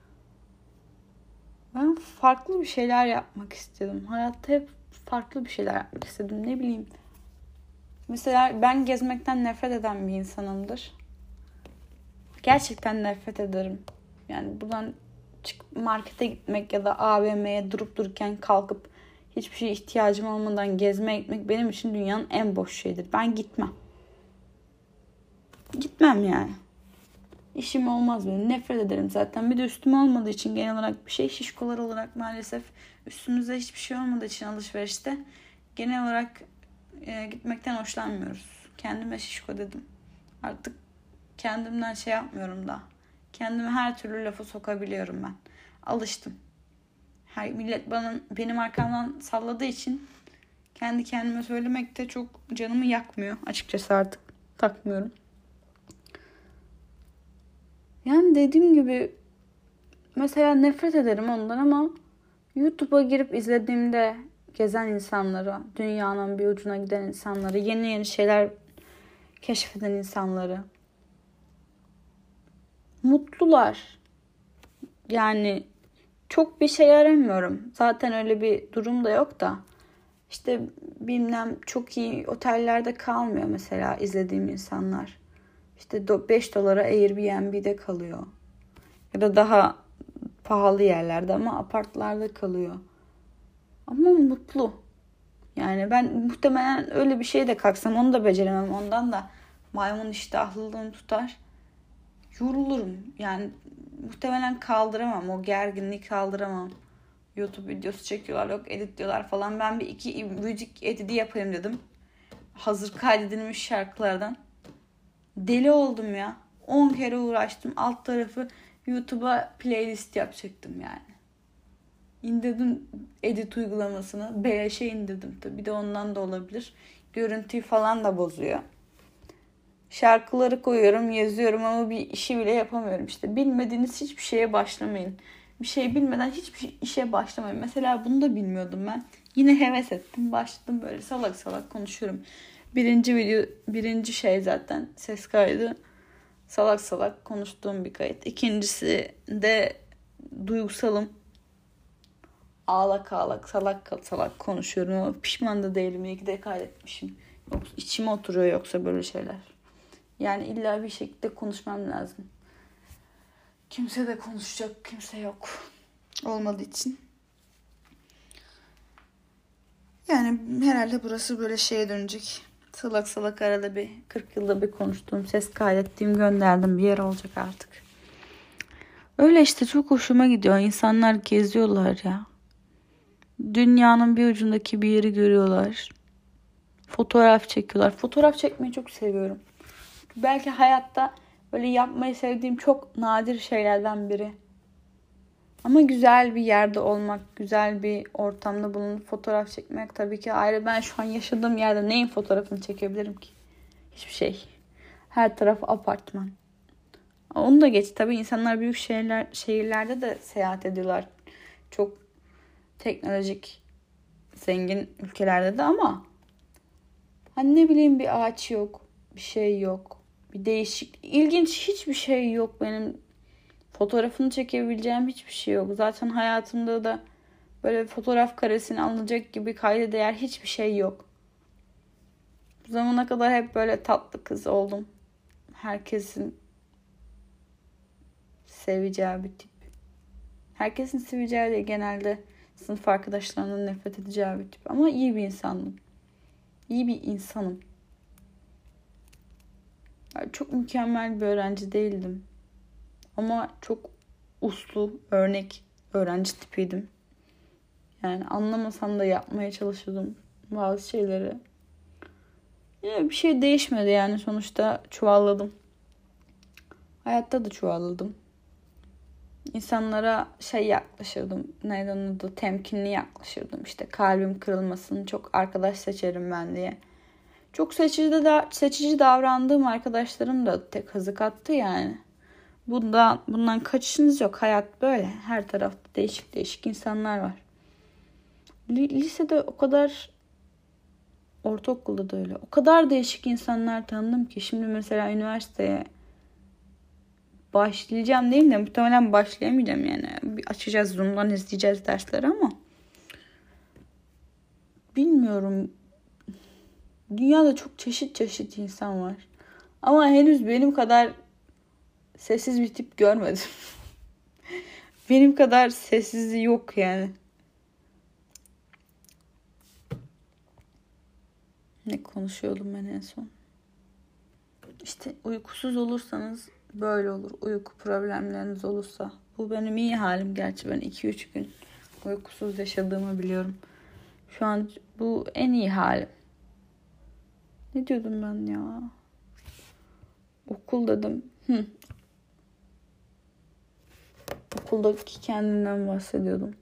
Ben farklı bir şeyler yapmak istedim. Hayatta hep farklı bir şeyler yapmak istedim. Ne bileyim. Mesela ben gezmekten nefret eden bir insanımdır. Gerçekten nefret ederim. Yani buradan çıkıp markete gitmek ya da A V M'ye durup dururken kalkıp hiçbir şeye ihtiyacım olmadan gezmeye gitmek benim için dünyanın en boş şeyidir. Ben gitmem. Gitmem yani. İşim olmaz benim. Nefret ederim zaten. Bir de üstüm olmadığı için genel olarak bir şey şişkolar olarak maalesef üstümüzde hiçbir şey olmadığı için alışverişte genel olarak e, gitmekten hoşlanmıyoruz. Kendime şişko dedim. Artık kendimden şey yapmıyorum da. Kendime her türlü lafı sokabiliyorum ben. Alıştım. Her millet bana benim arkamdan salladığı için kendi kendime söylemek de çok canımı yakmıyor. Açıkçası artık takmıyorum. Yani dediğim gibi mesela nefret ederim ondan ama YouTube'a girip izlediğimde gezen insanları, dünyanın bir ucuna giden insanları, yeni yeni şeyler keşfeden insanları mutlular. Yani çok bir şey aramıyorum. Zaten öyle bir durum da yok da. İşte bilmem çok iyi otellerde kalmıyor mesela izlediğim insanlar. İşte beş dolara Airbnb'de kalıyor. Ya da daha pahalı yerlerde ama apartlarda kalıyor. Ama mutlu. Yani ben muhtemelen öyle bir şeye de kalksam onu da beceremem. Ondan da maymun iştahlılığım tutar. Yorulurum. Yani muhtemelen kaldıramam. O gerginliği kaldıramam. YouTube videosu çekiyorlar, yok editliyorlar falan. Ben bir iki müzik editi yapayım dedim. Hazır kaydedilmiş şarkılardan. Deli oldum ya. on kere uğraştım. Alt tarafı YouTube'a playlist yapacaktım yani. İndirdim edit uygulamasını. beleşe indirdim tabii. Bir de ondan da olabilir. Görüntüyü falan da bozuyor. Şarkıları koyuyorum, yazıyorum ama bir işi bile yapamıyorum işte. Bilmediğiniz hiçbir şeye başlamayın. Bir şey bilmeden hiçbir işe başlamayın. Mesela bunu da bilmiyordum ben. Yine heves ettim. Başladım böyle salak salak konuşuyorum. Birinci video, birinci şey zaten ses kaydı. Salak salak konuştuğum bir kayıt. İkincisi de duygusalım. Ağlak ağlak salak salak konuşuyorum ama pişman da değilim. İyi ki de kaydetmişim. Yoksa içime oturuyor yoksa böyle şeyler. Yani illa bir şekilde konuşmam lazım. Kimse de konuşacak kimse yok. Olmadığı için. Yani herhalde burası böyle şeye dönecek. Salak salak arada bir kırk yılda bir konuştuğum, ses kaydettiğim, gönderdim bir yer olacak artık. Öyle işte çok hoşuma gidiyor. İnsanlar geziyorlar ya. Dünyanın bir ucundaki bir yeri görüyorlar. Fotoğraf çekiyorlar. Fotoğraf çekmeyi çok seviyorum. Belki hayatta böyle yapmayı sevdiğim çok nadir şeylerden biri. Ama güzel bir yerde olmak, güzel bir ortamda bulunup fotoğraf çekmek tabii ki ayrı. Ben şu an yaşadığım yerde neyin fotoğrafını çekebilirim ki? Hiçbir şey. Her taraf apartman. Onu da geç. Tabii insanlar büyük şehirler, şehirlerde de seyahat ediyorlar. Çok teknolojik, zengin ülkelerde de ama hani ne bileyim bir ağaç yok, bir şey yok. Bir değişik, ilginç hiçbir şey yok benim. Fotoğrafını çekebileceğim hiçbir şey yok. Zaten hayatımda da böyle fotoğraf karesini alınacak gibi kayda değer hiçbir şey yok. Bu zamana kadar hep böyle tatlı kız oldum. Herkesin seveceği bir tip. Herkesin seveceği değil, genelde sınıf arkadaşlarının nefret edeceği bir tip. Ama iyi bir insandım. İyi bir insanım. Yani çok mükemmel bir öğrenci değildim. Ama çok uslu, örnek öğrenci tipiydim. Yani anlamasam da yapmaya çalışıyordum bazı şeyleri. Yine bir şey değişmedi yani sonuçta çuvalladım. Hayatta da çuvalladım. İnsanlara şey yaklaşırdım. Neydi onun adı? Temkinli yaklaşırdım. İşte kalbim kırılmasın. Çok arkadaş seçerim ben diye. Çok seçici, de, seçici davrandığım arkadaşlarım da tek kazık attı yani. Bundan, bundan kaçışınız yok. Hayat böyle. Her tarafta değişik değişik insanlar var. Lisede o kadar, ortaokulda da öyle. O kadar değişik insanlar tanıdım ki. Şimdi mesela üniversiteye başlayacağım değil de muhtemelen başlayamayacağım yani. Bir açacağız Zoom'dan izleyeceğiz dersleri ama bilmiyorum. Dünyada çok çeşit çeşit insan var. Ama henüz benim kadar sessiz bir tip görmedim. Benim kadar sessizliği yok yani. Ne konuşuyordum ben en son? İşte uykusuz olursanız böyle olur. Uyku problemleriniz olursa. Bu benim iyi halim gerçi. Ben iki üç gün uykusuz yaşadığımı biliyorum. Şu an bu en iyi halim. Ne diyordum ben ya? Okul dedim. Hı. Okuldaki kendimden bahsediyordum.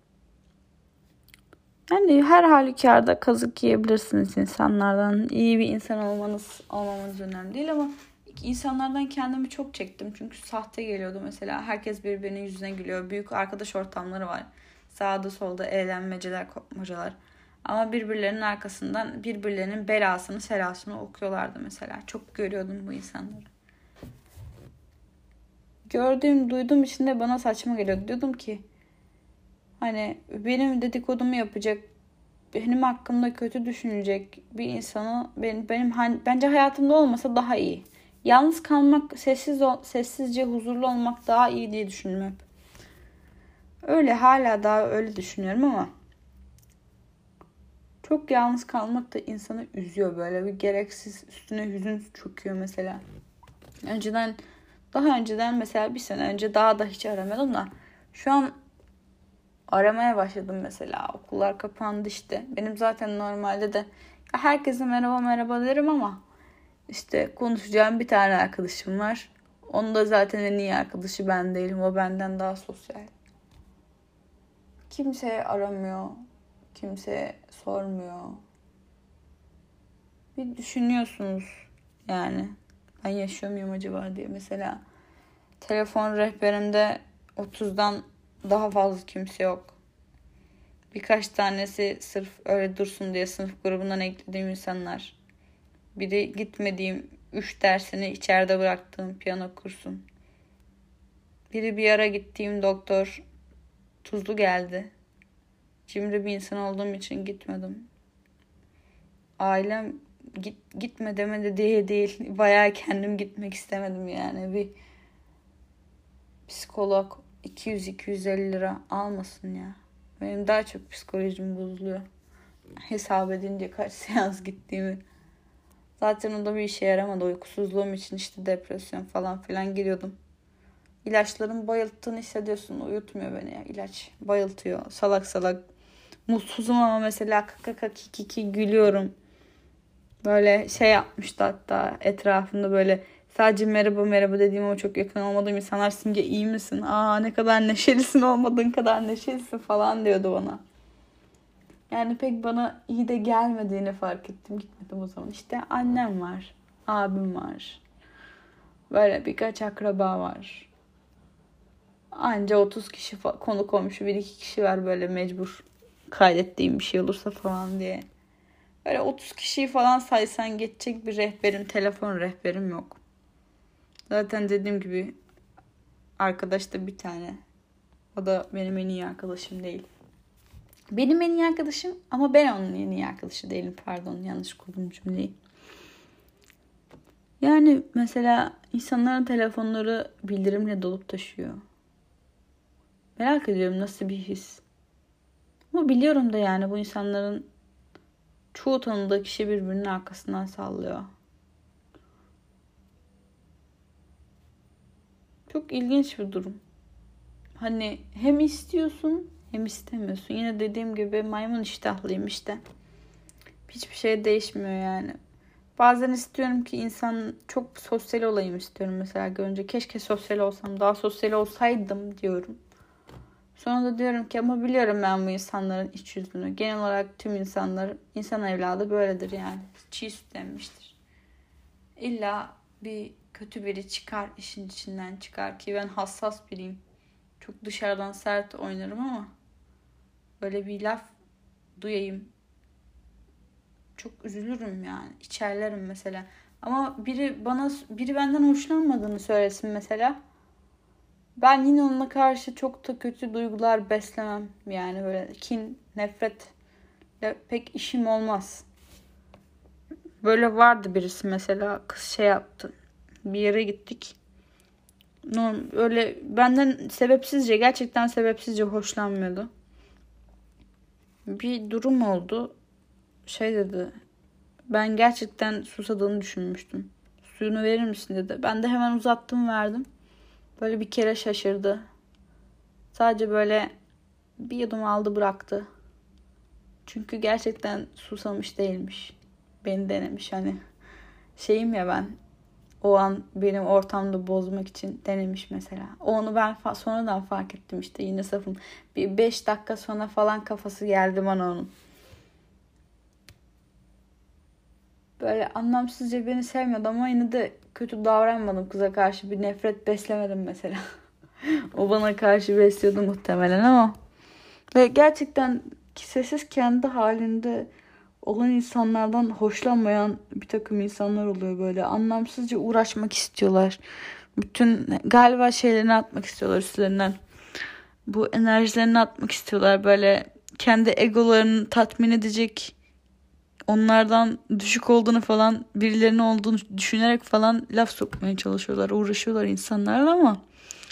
Yani her halükarda kazık yiyebilirsiniz insanlardan. İyi bir insan olmanız, olmamanız önemli değil ama insanlardan kendimi çok çektim. Çünkü sahte geliyordu mesela. Herkes birbirinin yüzüne gülüyor. Büyük arkadaş ortamları var. Sağda solda eğlenmeceler, kopmacalar. Ama birbirlerinin arkasından birbirlerinin belasını, selasını okuyorlardı mesela. Çok görüyordum bu insanları. Gördüğüm, duyduğum için de bana saçma geliyordu. Diyordum ki hani benim dedikodumu yapacak, benim hakkımda kötü düşünecek bir insanı benim, benim bence hayatımda olmasa daha iyi. Yalnız kalmak, sessiz sessizce huzurlu olmak daha iyi diye düşündüm hep. Öyle hala daha öyle düşünüyorum ama çok yalnız kalmak da insanı üzüyor böyle. Bir gereksiz üstüne hüzün çöküyor mesela. Önceden daha önceden mesela bir sene önce daha da hiç aramıyordum da şu an aramaya başladım mesela. Okullar kapandı işte. Benim zaten normalde de herkese merhaba merhaba derim ama işte konuşacağım bir tane arkadaşım var. Onun da zaten en iyi arkadaşı ben değilim. O benden daha sosyal. Kimse aramıyor. Kimse sormuyor. Bir düşünüyorsunuz yani. Ben yaşıyor muyum acaba diye. Mesela telefon rehberimde otuzdan daha fazla kimse yok. Birkaç tanesi sırf öyle dursun diye sınıf grubundan eklediğim insanlar. Biri gitmediğim üç dersini içeride bıraktığım piyano kursun. Biri bir ara gittiğim doktor tuzlu geldi. Cimri bir insan olduğum için gitmedim. Ailem git, gitme demedi diye değil. Bayağı kendim gitmek istemedim yani. Bir psikolog iki yüz iki yüz elli lira almasın ya. Benim daha çok psikolojim bozuluyor. Hesap edince kaç seans gittiğimi. Zaten o da bir işe yaramadı. Uykusuzluğum için işte depresyon falan filan giriyordum. İlaçların bayılttığını hissediyorsun. Uyutmuyor beni ya. İlaç bayıltıyor. Salak salak. Mutsuzum ama mesela kaka kiki gülüyorum. Böyle şey yapmıştı hatta etrafında böyle sadece merhaba merhaba dediğim ama çok yakın olmadığım insanlar Simge iyi misin? Aa ne kadar neşelisin, olmadığın kadar neşelisin falan diyordu bana. Yani pek bana iyi de gelmediğini fark ettim. Gitmedim o zaman. İşte annem var. Abim var. Böyle birkaç akraba var. Anca otuz kişi fa- konu komşu bir iki kişi var böyle mecbur kaydettiğim bir şey olursa falan diye. Böyle otuz kişiyi falan saysan geçecek bir rehberim, telefon rehberim yok. Zaten dediğim gibi arkadaş da bir tane. O da benim en iyi arkadaşım değil. Benim en iyi arkadaşım ama ben onun en iyi arkadaşı değilim. Pardon, yanlış kurdum cümleyi. Yani mesela insanların telefonları bildirimle dolup taşıyor. Merak ediyorum nasıl bir his. Ama biliyorum da yani bu insanların çoğu tanıdığı kişi birbirinin arkasından sallıyor. Çok ilginç bir durum. Hani hem istiyorsun hem istemiyorsun. Yine dediğim gibi maymun iştahlıyım işte. Hiçbir şey değişmiyor yani. Bazen istiyorum ki insan çok sosyal olayım istiyorum mesela görünce. Keşke sosyal olsam, daha sosyal olsaydım diyorum. Sonra da diyorum ki ama biliyorum ben bu insanların iç yüzünü. Genel olarak tüm insanlar, insan evladı böyledir yani. Çiğ süt emmiştir. İlla bir kötü biri çıkar, işin içinden çıkar ki ben hassas biriyim. Çok dışarıdan sert oynarım ama böyle bir laf duyayım. Çok üzülürüm yani. İçerlerim mesela. Ama biri bana biri benden hoşlanmadığını söylesin mesela. Ben yine onunla karşı çok da kötü duygular beslemem. Yani böyle kin, nefretle pek işim olmaz. Böyle vardı birisi mesela, kız şey yaptı. Bir yere gittik. Öyle benden sebepsizce, gerçekten sebepsizce hoşlanmıyordu. Bir durum oldu. Şey dedi. Ben gerçekten susadığını düşünmüştüm. Suyunu verir misin dedi. Ben de hemen uzattım, verdim. Böyle bir kere şaşırdı. Sadece böyle bir yudum aldı bıraktı. Çünkü gerçekten susamış değilmiş. Beni denemiş hani. Şeyim ya ben. O an benim ortamda bozmak için denemiş mesela. Onu ben fa- sonradan fark ettim işte, yine safım. Bir beş dakika sonra falan kafası geldi bana onun. Böyle anlamsızca beni sevmiyordu ama yine de kötü davranmadım kıza karşı. Bir nefret beslemedim mesela. O bana karşı besliyordu muhtemelen ama. Ve gerçekten sessiz kendi halinde olan insanlardan hoşlanmayan bir takım insanlar oluyor böyle. Anlamsızca uğraşmak istiyorlar. Bütün galiba şeylerini atmak istiyorlar üstlerinden. Bu enerjilerini atmak istiyorlar. Böyle kendi egolarını tatmin edecek, onlardan düşük olduğunu falan, birilerinin olduğunu düşünerek falan laf sokmaya çalışıyorlar. Uğraşıyorlar insanlarla ama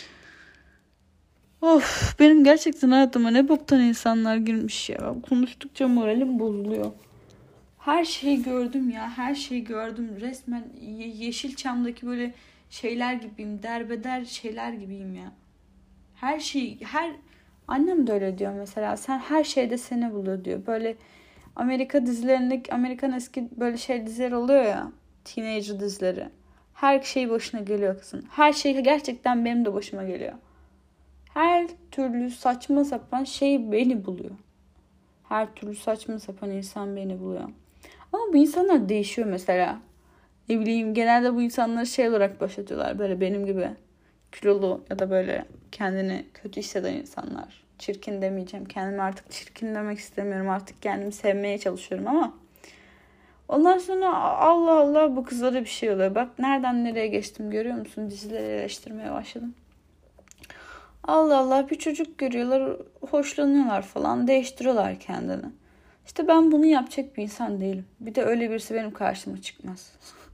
of, benim gerçekten hayatıma ne boktan insanlar girmiş ya. Konuştukça moralim bozuluyor. Her şeyi gördüm ya. Her şeyi gördüm. Resmen Ye- Yeşilçam'daki böyle şeyler gibiyim. Derbeder şeyler gibiyim ya. Her şey, her annem de öyle diyor mesela. Sen her şeyde seni buluyor diyor. Böyle Amerika dizilerindeki, Amerikan eski böyle şey diziler oluyor ya. Teenager dizileri. Her şey başına geliyor kızın. Her şey gerçekten benim de başıma geliyor. Her türlü saçma sapan şey beni buluyor. Her türlü saçma sapan insan beni buluyor. Ama bu insanlar değişiyor mesela. Ne bileyim, genelde bu insanları şey olarak başlatıyorlar. Böyle benim gibi kilolu ya da böyle kendini kötü hisseden insanlar. Çirkin demeyeceğim. Kendimi artık çirkin demek istemiyorum. Artık kendimi sevmeye çalışıyorum ama ondan sonra Allah Allah bu kızlara bir şey oluyor. Bak nereden nereye geçtim görüyor musun? Dizileri eleştirmeye başladım. Allah Allah, bir çocuk görüyorlar, hoşlanıyorlar falan, değiştiriyorlar kendini. İşte ben bunu yapacak bir insan değilim. Bir de öyle birisi benim karşıma çıkmaz.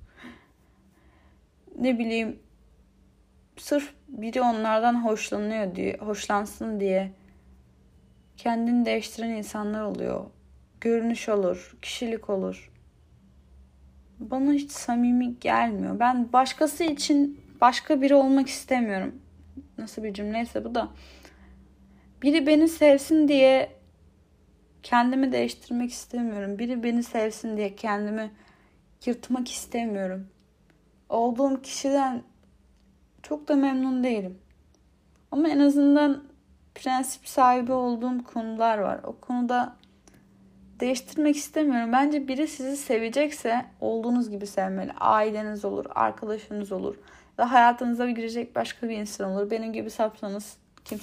Ne bileyim, sırf biri onlardan hoşlanıyor diye, hoşlansın diye kendini değiştiren insanlar oluyor. Görünüş olur, kişilik olur. Bana hiç samimi gelmiyor. Ben başkası için başka biri olmak istemiyorum. Nasıl bir cümleyse bu da. Biri beni sevsin diye kendimi değiştirmek istemiyorum. Biri beni sevsin diye kendimi yırtmak istemiyorum. Olduğum kişiden çok da memnun değilim. Ama en azından prensip sahibi olduğum konular var. O konuda değiştirmek istemiyorum. Bence biri sizi sevecekse olduğunuz gibi sevmeli. Aileniz olur, arkadaşınız olur. Ve hayatınıza girecek başka bir insan olur. Benim gibi sapsanız